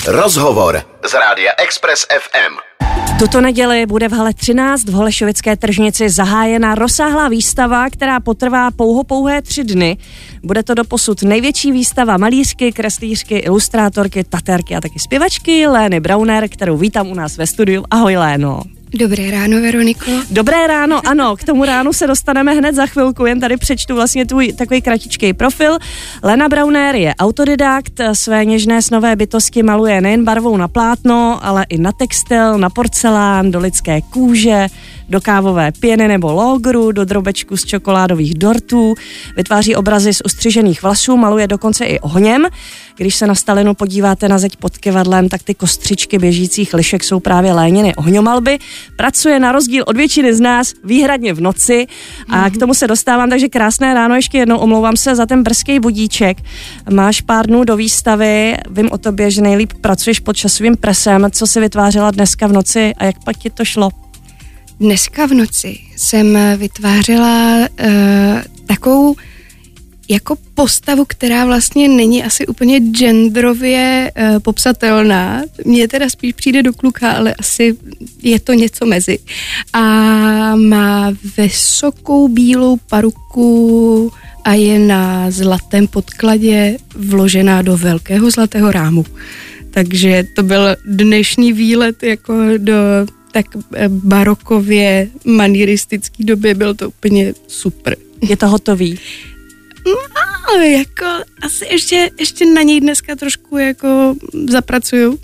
Rozhovor z Rádia Express FM. Tuto neděli bude v hale 13 v Holešovické tržnici zahájena rozsáhlá výstava, která potrvá pouhé 3 dny. Bude to doposud největší výstava malířky, kreslířky, ilustrátorky, tatérky a taky zpěvačky Lény Brauner, kterou vítám u nás ve studiu. Ahoj Léno. Dobré ráno, Veroniko. Dobré ráno, ano, k tomu ránu se dostaneme hned za chvilku, jen tady přečtu vlastně tvůj takový kratičký profil. Léna Brauner je autodidakt, své něžné snové bytosti maluje nejen barvou na plátno, ale i na textil, na porcelán, do lidské kůže, do kávové pěny nebo lógru, do drobečku z čokoládových dortů, vytváří obrazy z ustřižených vlasů, maluje dokonce i ohněm. Když se na Stalinu podíváte na zeď pod kyvadlem, tak ty kostřičky běžících lišek jsou právě Léniny ohňomalby. Pracuje na rozdíl od většiny z nás výhradně v noci a k tomu se dostávám, takže krásné ráno, ještě jednou omlouvám se za ten brzký budíček. Máš pár dnů do výstavy, vím o tobě, že nejlíp pracuješ pod časovým presem. Co jsi vytvářela dneska v noci a jak pak ti to šlo? Dneska v noci jsem vytvářela takovou jako postavu, která vlastně není asi úplně genderově popsatelná. Mně teda spíš přijde do kluka, ale asi je to něco mezi. A má vysokou bílou paruku a je na zlatém podkladě vložená do velkého zlatého rámu. Takže to byl dnešní výlet jako do tak barokově manieristický době, byl to úplně super. Je to hotový? No, jako asi ještě na něj dneska trošku jako zapracuju,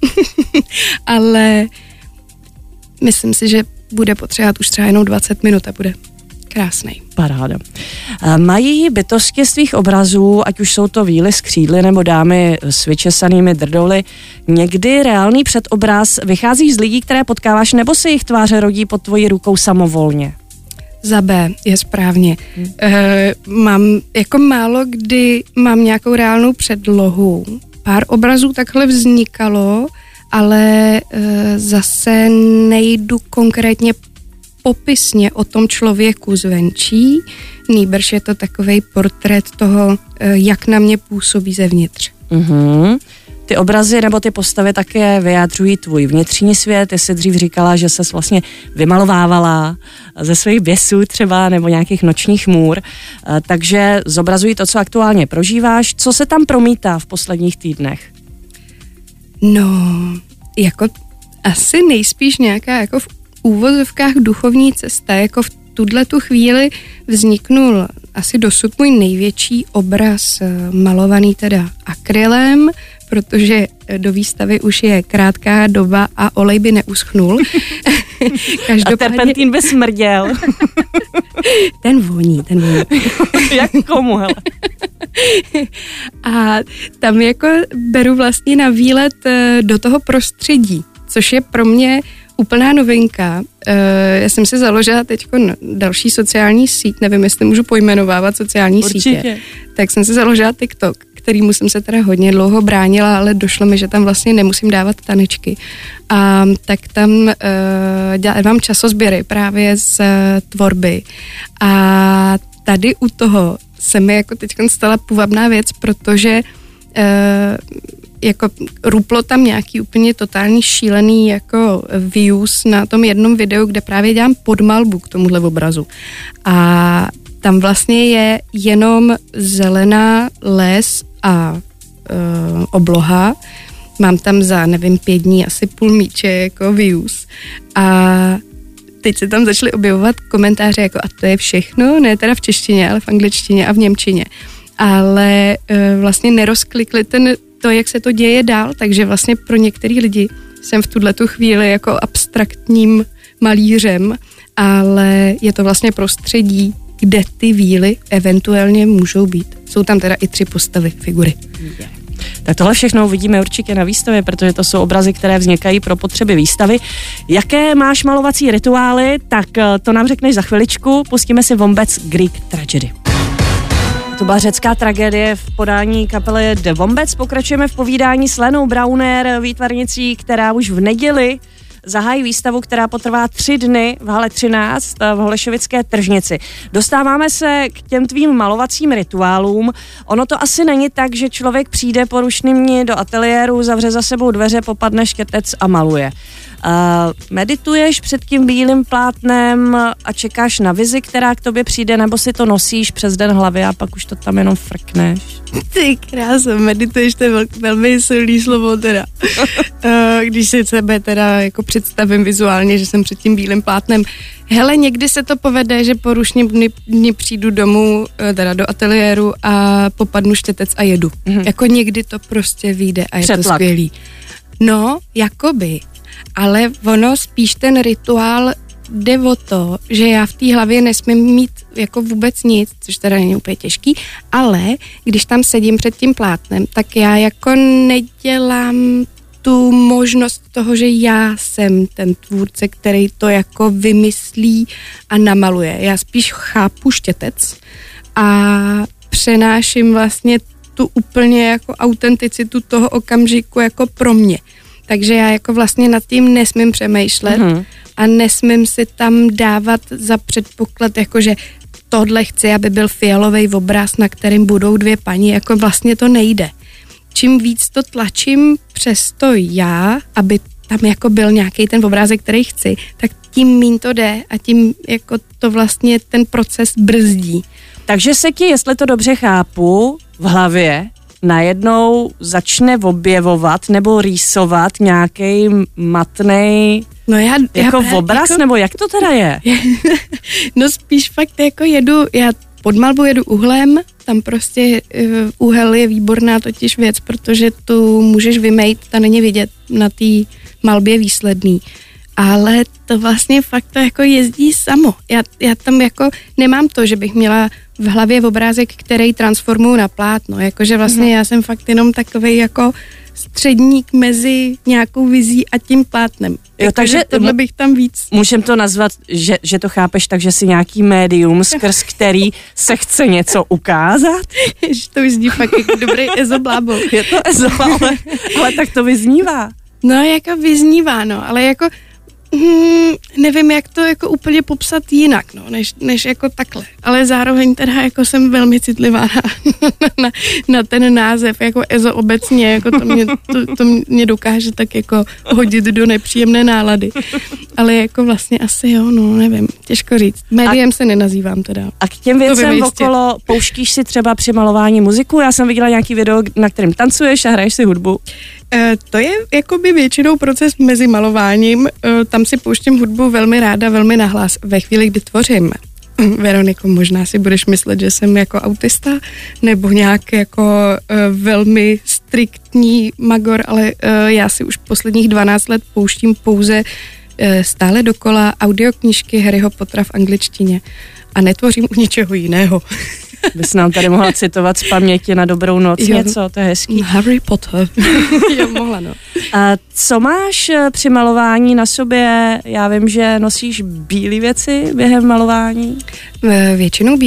ale myslím si, že bude potřebovat už třeba jenom 20 minut a bude krásnej. Paráda. Mají bytosti z tvých obrazů, ať už jsou to víly z křídly nebo dámy s vyčesanými drdoly, někdy reálný předobraz? Vycházíš z lidí, které potkáváš, nebo se jejich tváře rodí pod tvojí rukou samovolně? Za B je správně. Mám jako málo kdy mám nějakou reálnou předlohu. Pár obrazů takhle vznikalo, ale zase nejdu konkrétně popisně o tom člověku zvenčí, nýbrž je to takovej portrét toho, jak na mě působí zevnitř. Mm-hmm. Ty obrazy nebo ty postavy také vyjádřují tvůj vnitřní svět. Ty jsi dřív říkala, že ses vlastně vymalovávala ze svých běsů třeba nebo nějakých nočních můr, takže zobrazují to, co aktuálně prožíváš. Co se tam promítá v posledních týdnech? No, jako asi nejspíš nějaká jako v úvozovkách duchovní cesta, jako v tu chvíli vzniknul asi dosud můj největší obraz malovaný teda akrylem, protože do výstavy už je krátká doba a olej by neuschnul. A terpentín by smrděl. Ten voní. Jak komu, hele? A tam jako beru vlastně na výlet do toho prostředí, což je pro mě úplná novinka. Já jsem si založila teď další sociální síť, nevím, jestli můžu pojmenovávat sociální sítě. Tak jsem si založila TikTok, kterýmu jsem se teda hodně dlouho bránila, ale došlo mi, že tam vlastně nemusím dávat tanečky. A tak tam dělám časozběry právě z tvorby. A tady u toho se mi jako teď stala půvabná věc, protože jako ruplo tam nějaký úplně totální šílený jako views na tom jednom videu, kde právě dělám podmalbu k tomuhle obrazu. A tam vlastně je jenom zelená les a obloha. Mám tam za, 5 dní asi půl míče jako views. A teď se tam začaly objevovat komentáře jako a to je všechno, ne teda v češtině, ale v angličtině a v němčině. Ale vlastně nerozklikli to, jak se to děje dál, takže vlastně pro některý lidi jsem v tuhletu chvíli jako abstraktním malířem, ale je to vlastně prostředí, kde ty víly eventuálně můžou být. Jsou tam teda i 3 postavy, figury. Tak tohle všechno uvidíme určitě na výstavě, protože to jsou obrazy, které vznikají pro potřeby výstavy. Jaké máš malovací rituály, tak to nám řekneš za chviličku. Pustíme si Wombats Greek Tragedy. To byla řecká tragédie v podání kapely The Wombats. Pokračujeme v povídání s Lénou Brauner, výtvarnicí, která už v neděli zahájí výstavu, která potrvá 3 dny v hale 13 v Holešovické tržnici. Dostáváme se k těm tvým malovacím rituálům. Ono to asi není tak, že člověk přijde po rušným dni do ateliéru, zavře za sebou dveře, popadne štětec a maluje. Medituješ před tím bílým plátnem a čekáš na vizi, která k tobě přijde, nebo si to nosíš přes den hlavy a pak už to tam jenom frkneš? Ty krása, medituješ, to je velmi silný slovo teda. Když si sebe teda jako představím vizuálně, že jsem před tím bílým plátnem. Hele, někdy se to povede, že po rušním dni přijdu domů, teda do ateliéru a popadnu štětec a jedu. Jako někdy to prostě vyjde a je to skvělý. No, jakoby. Ale ono spíš ten rituál jde o to, že já v té hlavě nesmím mít jako vůbec nic, což teda není úplně těžký, ale když tam sedím před tím plátnem, tak já jako nedělám tu možnost toho, že já jsem ten tvůrce, který to jako vymyslí a namaluje. Já spíš chápu štětec a přenáším vlastně tu úplně jako autenticitu toho okamžiku jako pro mě. Takže já jako vlastně nad tím nesmím přemýšlet a nesmím si tam dávat za předpoklad, jakože tohle chci, aby byl fialový obraz, na kterým budou 2 paní, jako vlastně to nejde. Čím víc to tlačím přes to já, aby tam jako byl nějaký ten obrázek, který chci, tak tím míň to jde a tím jako to vlastně ten proces brzdí. Takže se ti, jestli to dobře chápu, v hlavě najednou začne objevovat nebo rýsovat nějaký matnej jako obraz, jako, nebo jak to teda je? No spíš fakt jako já pod malbu jedu uhlem, tam prostě úhel je výborná totiž věc, protože tu můžeš vymejt, ta není vidět na té malbě výsledný. Ale to vlastně fakt to jako jezdí samo. Já tam jako nemám to, že bych měla v hlavě obrázek, který transformuju na plátno. Jakože vlastně já jsem fakt jenom takovej jako středník mezi nějakou vizí a tím plátnem. Jo, takže tohle bych tam víc. Můžem to nazvat, že to chápeš tak, že jsi nějaký médium, skrz který se chce něco ukázat? Jež to vyzní fakt jako dobrý ezoblábol. Je to ezo, ale tak to vyznívá. No, jako vyznívá, no, ale jako nevím, jak to jako úplně popsat jinak, no, než jako takhle. Ale zároveň teda jako jsem velmi citlivá na ten název, jako EZO obecně, jako to mě dokáže tak jako hodit do nepříjemné nálady. Ale jako vlastně asi jo, no, nevím, těžko říct. Médiem se nenazývám teda. A k těm věcem okolo pouštíš si třeba při malování muziku? Já jsem viděla nějaký video, na kterém tancuješ a hraješ si hudbu. To je jakoby většinou proces mezi malováním, tam si pouštím hudbu velmi ráda, velmi nahlas ve chvíli, kdy tvořím. Veroniko, možná si budeš myslet, že jsem jako autista nebo nějak jako velmi striktní magor, ale já si už posledních 12 let pouštím pouze stále dokola audioknížky Harryho Pottera v angličtině a netvořím u ničeho jiného. Bys nám tady mohla citovat z paměti na dobrou noc něco, to je hezký. Harry Potter. Jo, mohla, no. A co máš při malování na sobě? Já vím, že nosíš bílé věci během malování. Většinou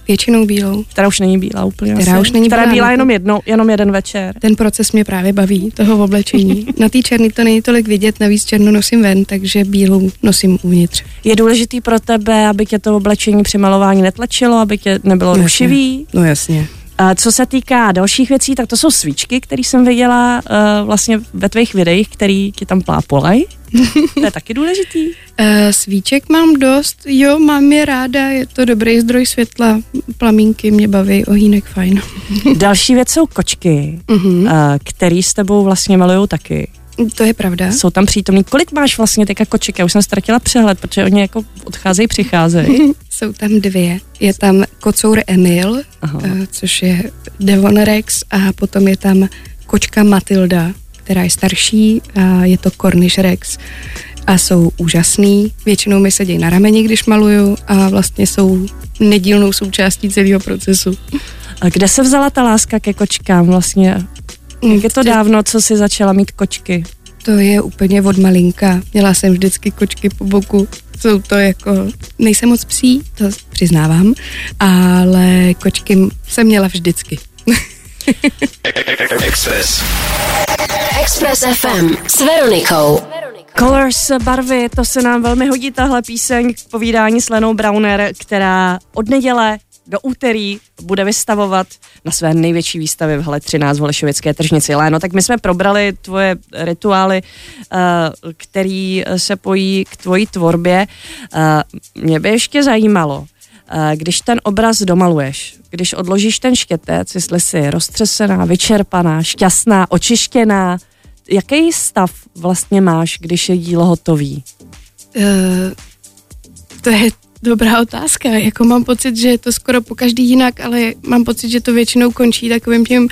bílou. Která už není bílá úplně. Která bílá jenom jeden večer. Ten proces mě právě baví, toho oblečení. Na té černý to není tolik vidět, navíc černou nosím ven, takže bílou nosím uvnitř. Je důležitý pro tebe, aby tě to oblečení při malování netlačilo, aby tě nebylo rušivý? No jasně. A co se týká dalších věcí, tak to jsou svíčky, které jsem viděla vlastně ve tvých videích, který ti tam plápolej. To je taky důležitý. Svíček mám dost, jo, mám je ráda, je to dobrý zdroj světla, plamínky mě baví, ohýnek fajn. Další věc jsou kočky, který s tebou vlastně malujou taky. To je pravda. Jsou tam přítomný. Kolik máš vlastně teďka koček? Já už jsem ztratila přehled, protože oni jako odcházejí, přicházejí. Jsou tam 2. Je tam kocour Emil, což je Devon Rex, a potom je tam kočka Matilda, která je starší, a je to Cornish Rex. A jsou úžasný. Většinou mi sedějí na rameni, když maluju, a vlastně jsou nedílnou součástí celého procesu. A kde se vzala ta láska ke kočkám vlastně? Jak je to dávno, co jsi začala mít kočky? To je úplně od malinka. Měla jsem vždycky kočky po boku. Jsou to jako, nejsem moc psí, to přiznávám, ale kočky jsem měla vždycky. Express FM s Veronikou. Colors, barvy, to se nám velmi hodí tahle píseň k povídání s Lenou Brauner, která od neděle do úterý bude vystavovat na své největší výstavě v hale 13 v Holešovické tržnici. Léno, tak my jsme probrali tvoje rituály, který se pojí k tvojí tvorbě. Mě by ještě zajímalo, když ten obraz domaluješ, když odložíš ten štětec, jestli jsi roztřesená, vyčerpaná, šťastná, očištěná, jaký stav vlastně máš, když je dílo hotový? To je dobrá otázka. Jako mám pocit, že je to skoro po každý jinak, ale mám pocit, že to většinou končí takovým tím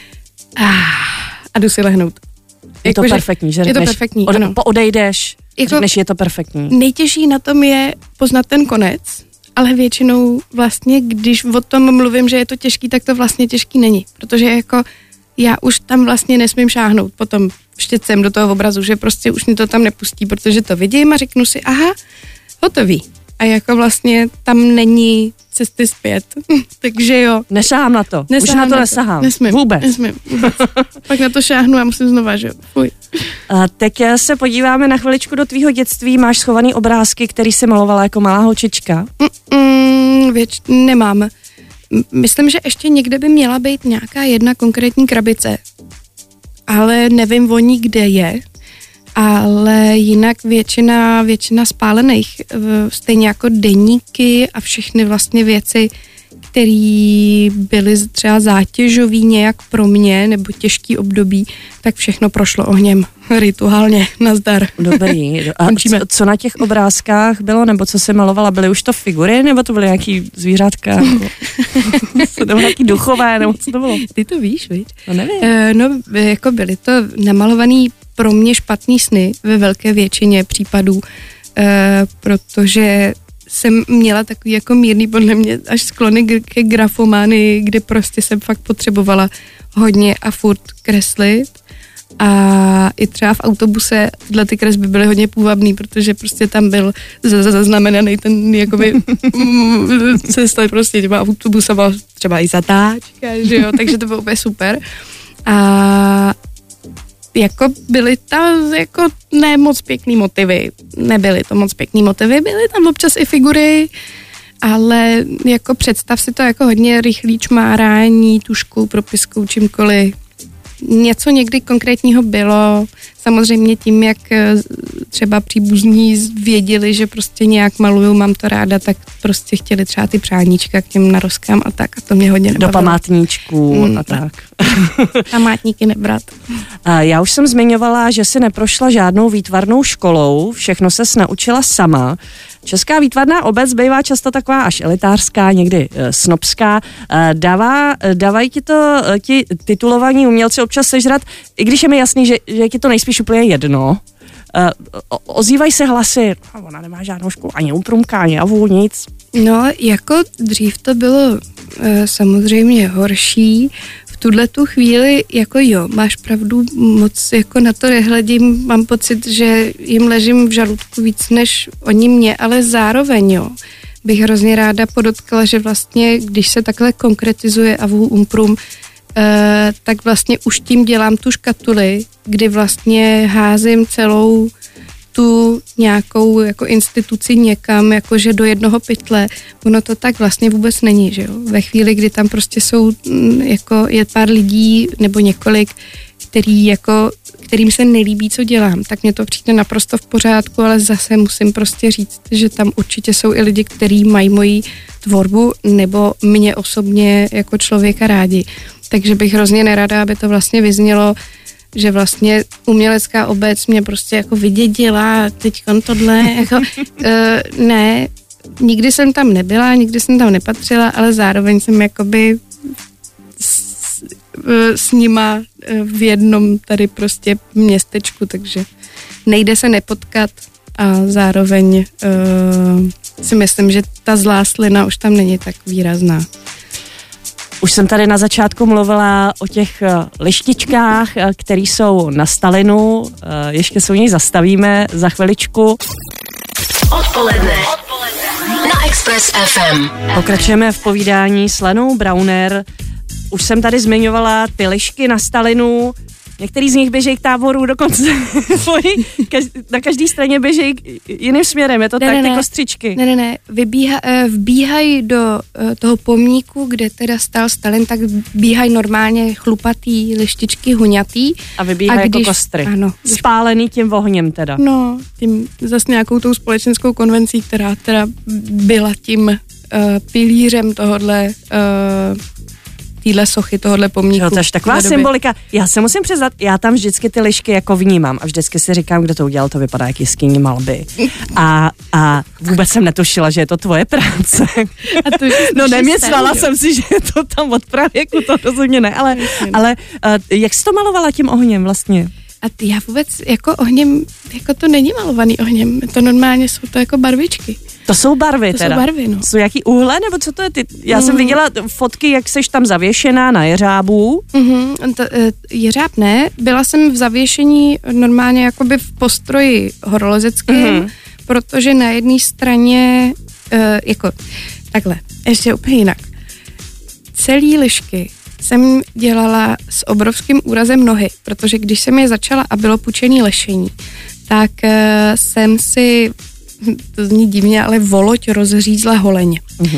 a jdu si lehnout. Je to perfektní, že je to perfektní, ano. Odejdeš, jako řekneš, je to perfektní. Nejtěžší na tom je poznat ten konec, ale většinou vlastně, když o tom mluvím, že je to těžký, tak to vlastně těžký není, protože jako já už tam vlastně nesmím šáhnout potom štětcem do toho obrazu, že prostě už mi to tam nepustí, protože to vidím a řeknu si, aha, hotový. A jako vlastně tam není cesty zpět. Takže jo. Nešáhám na to. Už na to nesahám. Nesmím. Vůbec. Pak na to šáhnu a musím znova, že jo. Fuj. A teď se podíváme na chviličku do tvýho dětství. Máš schovaný obrázky, který jsi malovala jako malá holčička? Nemám. Myslím, že ještě někde by měla být nějaká jedna konkrétní krabice. Ale nevím o ní, kde je. Ale jinak většina spálených, stejně jako deníky a všechny vlastně věci, které byly třeba zátěžový nějak pro mě, nebo těžký období, tak všechno prošlo ohněm rituálně, nazdar. Dobrý. A co na těch obrázkách bylo, nebo co jsi malovala? Byly už to figury, nebo to byly nějaký zvířátka? Co to bylo nějaký duchové, nebo co to bylo? Ty to víš, viď? No nevím. Jako byly to namalovaný pro mě špatný sny ve velké většině případů, protože jsem měla takový jako mírný, podle mě, až sklony ke grafománii, kde prostě jsem fakt potřebovala hodně a furt kreslit. A i třeba v autobuse tyhle ty kresby byly hodně půvabný, protože prostě tam byl zaznamenaný ten jakoby cesta prostě těma autobusama, třeba i zatáčka, že jo, takže to bylo úplně super. A jako byly tam jako ne moc pěkný motivy, nebyly to moc pěkný motivy, byly tam občas i figury, ale jako představ si to jako hodně rychlý čmárání tuškou, propiskou, čímkoliv. Něco někdy konkrétního bylo, samozřejmě tím, jak třeba příbuzní věděli, že prostě nějak maluju, mám to ráda, tak prostě chtěli třeba ty přáníčka k těm narozkám a tak a to mě hodně nebavilo. Do památníčků a tak. Památníky nebrat. Já už jsem zmiňovala, že si neprošla žádnou výtvarnou školou, všechno ses naučila sama. Česká výtvarná obec bývá často taková až elitářská, někdy snobská. Dávají ti to ti titulovaní umělci občas sežrat, i když je mi jasný, že je ti to nejspíš úplně jedno. Ozývají se hlasy, ona nemá žádnou školu, ani uprumka, ani avu, nic. No, jako dřív to bylo samozřejmě horší. V tuhletu chvíli, jako jo, máš pravdu, moc jako na to nehledím, mám pocit, že jim ležím v žaludku víc než oni mě, ale zároveň jo, bych hrozně ráda podotkala, že vlastně, když se takhle konkretizuje avu umprum, tak vlastně už tím dělám tu škatuli, kdy vlastně házím celou tu nějakou jako instituci někam, jakože do jednoho pytle. Ono to tak vlastně vůbec není, že jo. Ve chvíli, kdy tam prostě jsou jako je pár lidí nebo několik, kterým se nelíbí, co dělám, tak mně to přijde naprosto v pořádku, ale zase musím prostě říct, že tam určitě jsou i lidi, kteří mají moji tvorbu nebo mě osobně jako člověka rádi. Takže bych hrozně nerada, aby to vlastně vyznělo, že vlastně umělecká obec mě prostě jako vydědila, teď tohle, jako, ne, nikdy jsem tam nebyla, nikdy jsem tam nepatřila, ale zároveň jsem jakoby s nima v jednom tady prostě městečku, takže nejde se nepotkat a zároveň si myslím, že ta zlá slina už tam není tak výrazná. Už jsem tady na začátku mluvila o těch lištičkách, které jsou na Stalinu. Ještě se u něj zastavíme za chviličku. Odpoledne na Express FM. Pokračujeme v povídání s Lenou Brauner. Už jsem tady zmiňovala ty lišky na Stalinu. Některý z nich běžejí k táboru dokonce. Na každé straně běžejí jiným směrem, je to tak, ty kostřičky. Ne, vbíhají do toho pomníku, kde teda stál Stalin, tak bíhají normálně chlupatý, lištičky, huňatý. A vybíhají jako kostry. Ano. Spálený tím ohněm teda. No, tím zase nějakou tou společenskou konvencí, která teda byla tím pilířem tohodle týhle sochy, tohodle pomníku. To je taková symbolika. Já se musím přiznat, já tam vždycky ty lišky jako vnímám a vždycky si říkám, kdo to udělal, to vypadá jak jeskyní malby. A vůbec jsem netušila, že je to tvoje práce. No neměcvala jsem si, že je to tam od pravěku, to rozhodně ne, ale jak jsi to malovala tím ohněm vlastně? A já vůbec jako ohněm, jako to není malovaný ohněm, to normálně jsou to jako barvičky. To jsou barvy teda? To jsou barvy, no. Jsou jaký uhle, nebo co to je? Já jsem viděla fotky, jak seš tam zavěšená na jeřábu. Jeřáb ne, byla jsem v zavěšení normálně jakoby v postroji horolezeckém, protože na jedné straně, jako takhle, ještě úplně jinak. Celý lišky jsem dělala s obrovským úrazem nohy, protože když jsem je začala a bylo pučený lešení, tak jsem si, to zní divně, ale voloď rozřízla holeň.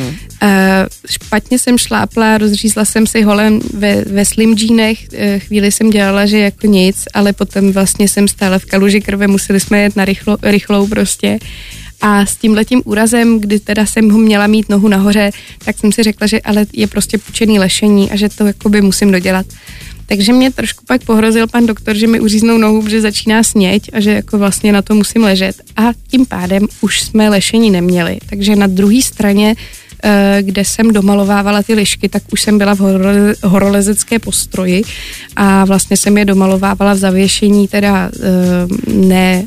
Špatně jsem šlápla, rozřízla jsem si holeň ve slim džínech, chvíli jsem dělala, že jako nic, ale potom vlastně jsem stála v kaluži krve, museli jsme jet na rychlou prostě. A s tímhletím úrazem, kdy teda jsem ho měla mít nohu nahoře, tak jsem si řekla, že ale je prostě pučený lešení a že to jakoby musím dodělat. Takže mě trošku pak pohrozil pan doktor, že mi uříznou nohu, protože začíná sněť a že jako vlastně na to musím ležet. A tím pádem už jsme lešení neměli. Takže na druhé straně, kde jsem domalovávala ty lišky, tak už jsem byla v horolezecké postroji a vlastně jsem je domalovávala v zavěšení, teda ne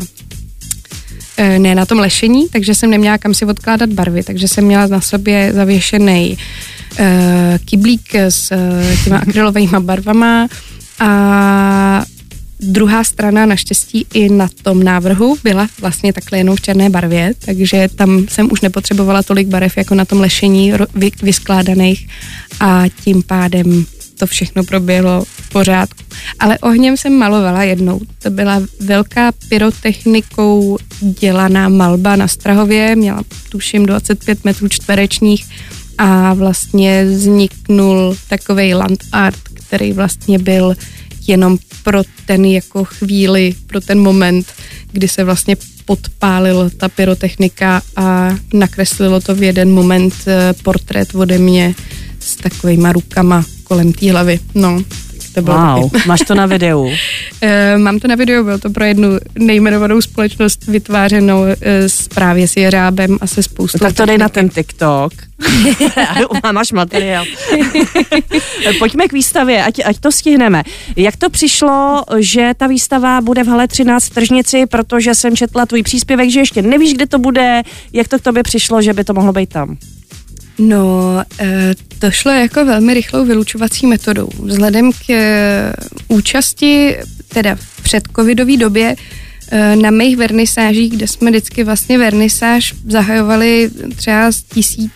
na tom lešení, takže jsem neměla kam si odkládat barvy, takže jsem měla na sobě zavěšený kyblík s těma akrylovými barvama a druhá strana naštěstí i na tom návrhu byla vlastně takhle jenom v černé barvě, takže tam jsem už nepotřebovala tolik barev jako na tom lešení vyskládaných a tím pádem to všechno proběhlo v pořádku. Ale ohněm jsem malovala jednou. To byla velká pyrotechnikou dělaná malba na Strahově, měla tuším 25 metrů čtverečních a vlastně vzniknul takovej land art, který vlastně byl jenom pro ten jako chvíli, pro ten moment, kdy se vlastně podpálil ta pyrotechnika a nakreslilo to v jeden moment portrét ode mě s takovejma rukama kolem té hlavy. No, to bylo taky. Máš to na videu? Mám to na videu, bylo to pro jednu nejmenovanou společnost vytvářenou právě s jeřábem a se spoustou. Tak to dej na ten TikTok. Máš materiál. Pojďme k výstavě, ať to stihneme. Jak to přišlo, že ta výstava bude v hale 13 v Tržnici, protože jsem četla tvůj příspěvek, že ještě nevíš, kde to bude, jak to k tobě přišlo, že by to mohlo být tam? No, to šlo jako velmi rychlou vylučovací metodou. Vzhledem k účasti, teda v předcovidové době, na mých vernisážích, kde jsme vždycky vlastně vernisáž zahajovali třeba s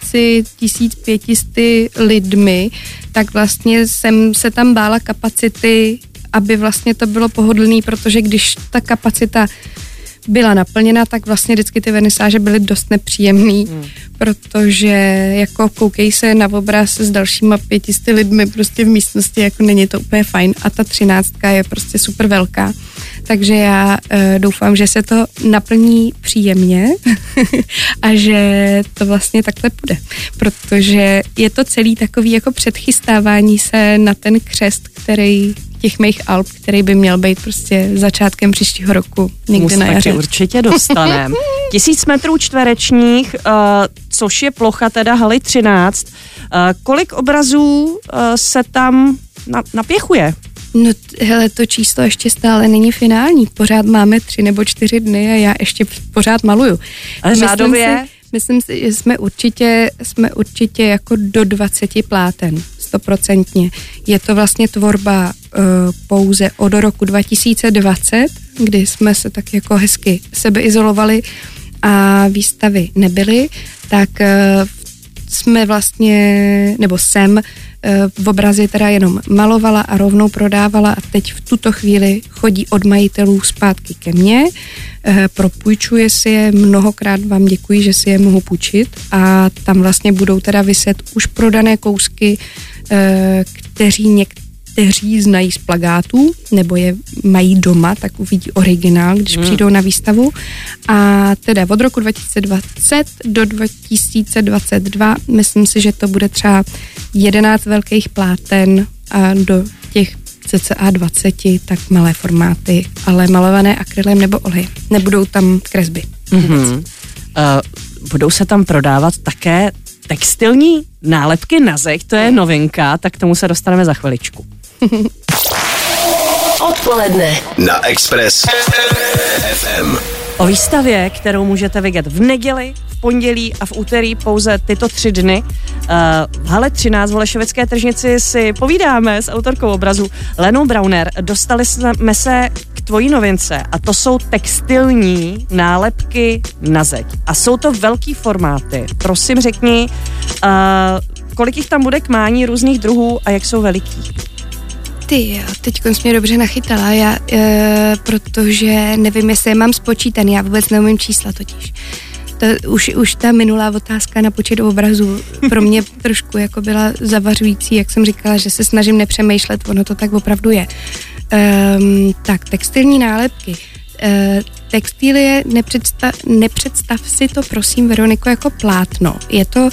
1500 lidmi, tak vlastně jsem se tam bála kapacity, aby vlastně to bylo pohodlný, protože když ta kapacita byla naplněna, tak vlastně vždycky ty vernisáže byly dost nepříjemný, protože jako koukej se na obraz s dalšíma 500 lidmi prostě v místnosti, jako není to úplně fajn a ta 13 je prostě super velká. Takže já doufám, že se to naplní příjemně a že to vlastně takhle půjde, protože je to celý takový jako předchystávání se na ten křest, který těch mých alb, který by měl být prostě začátkem příštího roku, někdy na jaře. Určitě dostaneme. 1000 metrů čtverečních, což je plocha teda haly 13. Kolik obrazů se tam napěchuje? No hele, to číslo ještě stále není finální. Pořád máme 3 nebo 4 dny a já ještě pořád maluju. Ale řádově? Myslím si, že jsme určitě jako do 20 pláten, 100%. Je to vlastně tvorba pouze od roku 2020, kdy jsme se tak jako hezky sebeizolovali a výstavy nebyly, tak jsme vlastně, nebo jsem v obrazy teda jenom malovala a rovnou prodávala a teď v tuto chvíli chodí od majitelů zpátky ke mně, propůjčuje si je, mnohokrát vám děkuji, že si je mohu půjčit a tam vlastně budou teda viset už prodané kousky, kteří znají z plakátů, nebo je mají doma, tak uvidí originál, když přijdou na výstavu. A teda od roku 2020 do 2022, myslím si, že to bude třeba 11 velkých pláten a do těch cca 20 tak malé formáty, ale malované akrylem nebo olejem. Nebudou tam kresby. Budou se tam prodávat také textilní nálepky na zeď, to je novinka, tak k tomu se dostaneme za chviličku. Odpoledne na Express FM. O výstavě, kterou můžete vidět v neděli, v pondělí a v úterý pouze tyto 3 dny. V hale 13 v Holešovické tržnici si povídáme s autorkou obrazu Lenou Brauner. Dostali jsme se k tvojí novince a to jsou textilní nálepky na zeď. A jsou to velký formáty. Prosím řekni, kolik jich tam bude k mání různých druhů a jak jsou veliký? Teďko jsi mě dobře nachytala, protože nevím, jestli je mám spočítaný, já vůbec neumím čísla totiž. To už ta minulá otázka na počet obrazů pro mě trošku jako byla zavařující, jak jsem říkala, že se snažím nepřemýšlet, ono to tak opravdu je. Tak, textilní nálepky. Textilie, nepředstav si to, prosím, Veroniko, jako plátno. Je to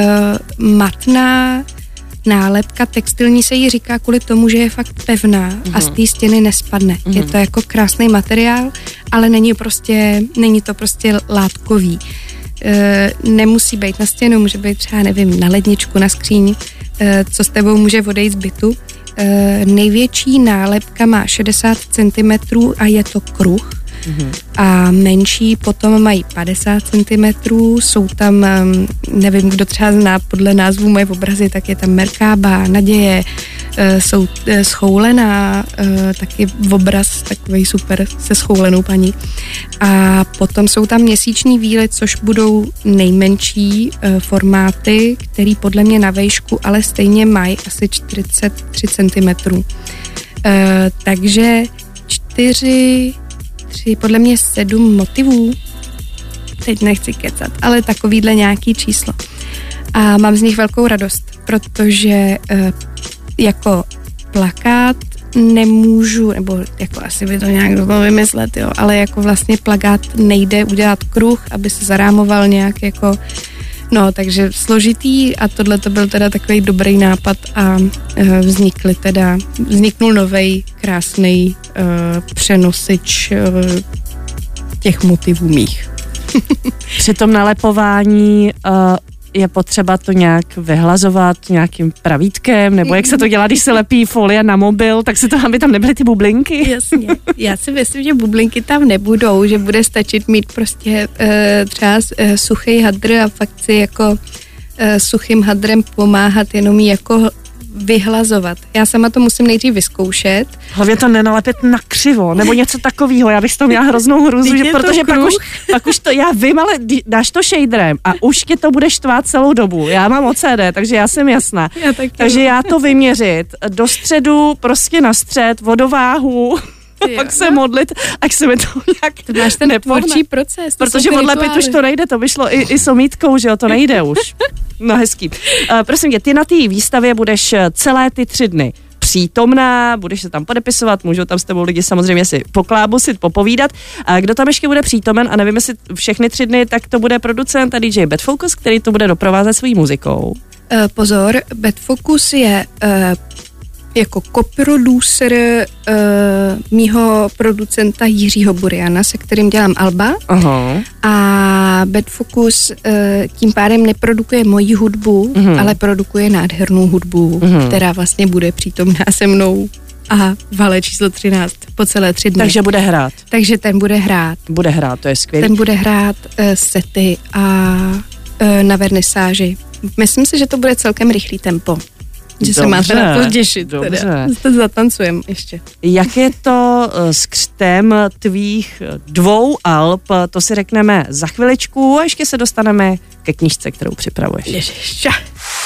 matná nálepka, textilní se jí říká kvůli tomu, že je fakt pevná a z té stěny nespadne. Je to jako krásný materiál, ale není to prostě látkový. Nemusí být na stěnu, může být třeba, nevím, na ledničku, na skříň, co s tebou může odejít z bytu. Největší nálepka má 60 cm a je to kruh. A menší potom mají 50 cm, jsou tam, nevím, kdo třeba zná podle názvu moje obrazy, tak je tam Merkába, Naděje, jsou schoulená, taky obraz takovej super se schoulenou paní. A potom jsou tam měsíční víly, což budou nejmenší formáty, který podle mě na vejšku, ale stejně mají asi 43 cm. Takže 3, podle mě 7 motivů, teď nechci kecat, ale takovýhle nějaký číslo. A mám z nich velkou radost, protože jako plakát nemůžu, nebo jako asi by to nějak bylo vymyslet, jo, ale jako vlastně plakát nejde udělat kruh, aby se zarámoval nějak jako, no, takže složitý a tohle to byl teda takový dobrý nápad a vzniknul novej krásnej přenosič těch motivů mých. Při tom nalepování je potřeba to nějak vyhlazovat nějakým pravítkem, nebo jak se to dělá, když se lepí folie na mobil, tak se to, aby tam nebyly ty bublinky. Jasně. Já si myslím, že bublinky tam nebudou, že bude stačit mít prostě třeba suchý hadr a fakt si jako suchým hadrem pomáhat jenom jako vyhlazovat. Já sama to musím nejdřív vyzkoušet. Hlavně to nenalepit na křivo, nebo něco takového. Já bych z toho měla hroznou hruzu, že, protože pak už to, já vím, ale dáš to shaderem a už tě to bude štvát celou dobu. Já mám OCD, takže já jsem jasná. Takže já to vyměřit do středu, prostě na střed, vodováhu, pak se modlit, ať se mi to nějak to máš ten tvorčí proces. Protože odlepit už to nejde, to by šlo i s omítkou, že jo, to nejde už. No hezký. Prosím tě, ty na té výstavě budeš celé ty 3 dny přítomná, budeš se tam podepisovat, můžou tam s tebou lidi samozřejmě si poklábosit, popovídat. A kdo tam ještě bude přítomen, a nevím, jestli všechny 3 dny, tak to bude producent a DJ Bad Focus, který to bude doprovázet svojí muzikou. Pozor, Bad Focus je jako coproducer mýho producenta Jiřího Buriana, se kterým dělám alba. Aha. A Bad Focus tím pádem neprodukuje moji hudbu, ale produkuje nádhernou hudbu, která vlastně bude přítomná se mnou a v hale číslo 13 po celé 3 dny. Takže bude hrát. Takže ten bude hrát. Bude hrát, to je skvělé. Ten bude hrát sety a na vernisáži. Myslím si, že to bude celkem rychlý tempo. Že se máte na to těšit. Teda. Zatancujem ještě. Jak je to s křtem tvých 2 alb, to si řekneme za chviličku a ještě se dostaneme ke knížce, kterou připravuješ. Ježiš.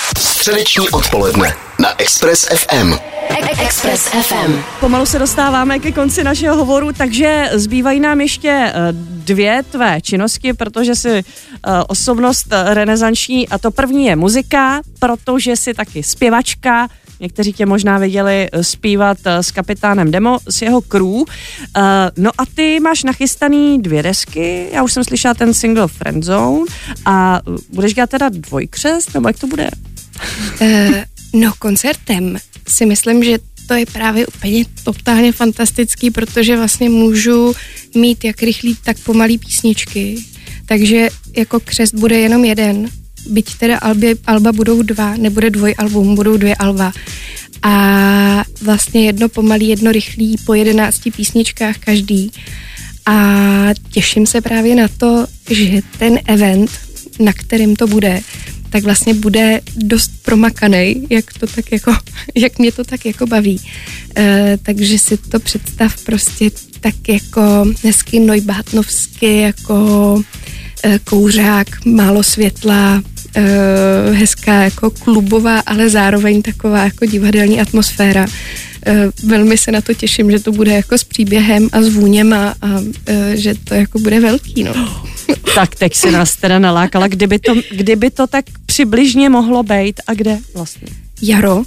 Středeční odpoledne na Express FM. Express FM. Pomalu se dostáváme ke konci našeho hovoru, takže zbývají nám ještě 2 tvé činnosti, protože jsi osobnost renesanční a to první je muzika, protože jsi taky zpěvačka. Někteří tě možná viděli zpívat s Kapitánem Demo, s jeho crew. No a ty máš nachystaný 2 desky, já už jsem slyšela ten single Friendzone a budeš dělat teda dvojkřest, nebo jak to bude? No koncertem si myslím, že to je právě úplně totálně fantastický, protože vlastně můžu mít jak rychlý, tak pomalý písničky. Takže jako křest bude jenom jeden, byť teda alba budou 2, nebude dvojalbum, budou 2 alba. A vlastně jedno pomalý, jedno rychlý, po 11 písničkách každý. A těším se právě na to, že ten event, na kterým to bude, tak vlastně bude dost promakanej, jak mě to tak jako baví. Takže si to představ prostě tak jako hezky neubátnovsky, jako kouřák, málo světla, hezká jako klubová, ale zároveň taková jako divadelní atmosféra. Velmi se na to těším, že to bude jako s příběhem a s vůněm a že to jako bude velký, no. Tak teď si nás teda nalákala, kdyby to tak přibližně mohlo být a kde vlastně? Jaro,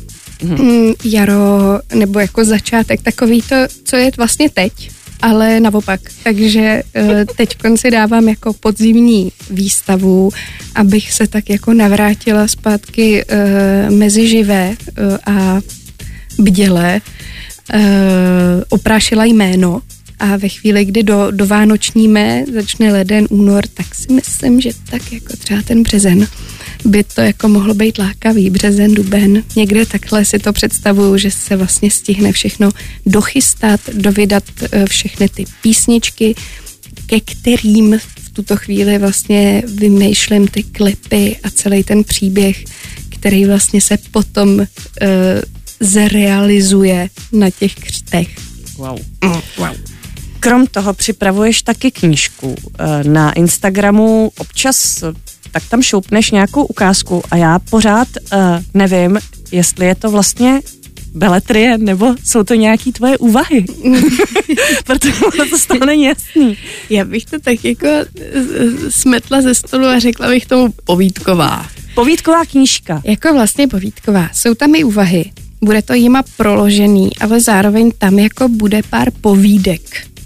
nebo jako začátek, takový to, co je vlastně teď, ale naopak. Takže teď si dávám jako podzimní výstavu, abych se tak jako navrátila zpátky mezi živé a bděle, oprášila jméno a ve chvíli, kdy do vánočníme začne leden, únor, tak si myslím, že tak jako třeba ten březen by to jako mohlo být lákavý, březen, duben, někde takhle si to představuju, že se vlastně stihne všechno dochystat, dovydat všechny ty písničky, ke kterým v tuto chvíli vlastně vymýšlím ty klipy a celý ten příběh, který vlastně se potom zrealizuje na těch křtech. Wow. Krom toho připravuješ taky knížku. Na Instagramu občas tak tam šoupneš nějakou ukázku a já pořád nevím, jestli je to vlastně beletrie, nebo jsou to nějaký tvoje úvahy. Protože to z toho není jasný. Já bych to tak jako smetla ze stolu a řekla bych tomu povídková. Povídková knížka. Jako vlastně povídková. Jsou tam i úvahy. Bude to jima proložený, ale zároveň tam jako bude pár povídek.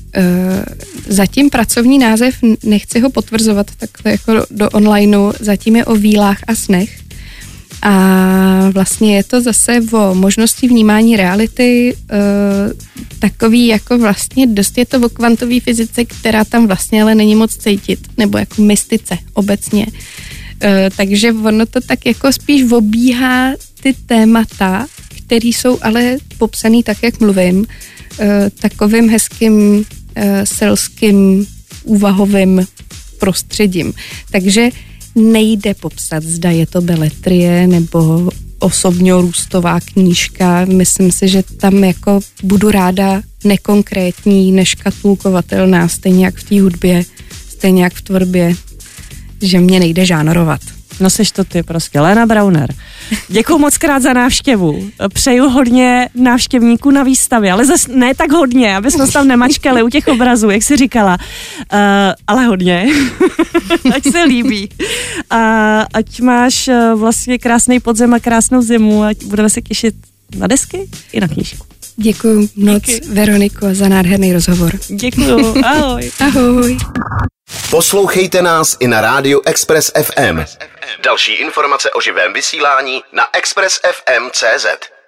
Zatím pracovní název, nechci ho potvrzovat takhle jako do onlineu, zatím je o vílách a snech. A vlastně je to zase o možnosti vnímání reality, takový jako vlastně dost je to o kvantové fyzice, která tam vlastně ale není moc cítit, nebo jako mystice obecně. Takže ono to tak jako spíš obíhá ty témata, které jsou ale popsaný tak, jak mluvím, takovým hezkým selským úvahovým prostředím. Takže nejde popsat, zda je to beletrie nebo osobně-růstová knížka. Myslím si, že tam jako budu ráda nekonkrétní, neškatulkovatelná, stejně jak v té hudbě, stejně jak v tvorbě, že mě nejde žánrovat. No seš to ty prostě, Lena Brauner. Děkuju moc krát za návštěvu. Přeju hodně návštěvníků na výstavě, ale zase ne tak hodně, aby jsme tam nemačkali u těch obrazů, jak jsi říkala, ale hodně. Ať se líbí. A ať máš vlastně krásný podzem a krásnou zimu, ať budeme se těšit na desky i na knížku. Děkuju moc, Veroniko, za nádherný rozhovor. Děkuju, ahoj. Ahoj. Poslouchejte nás i na rádiu Express FM. Další informace o živém vysílání na expressfm.cz.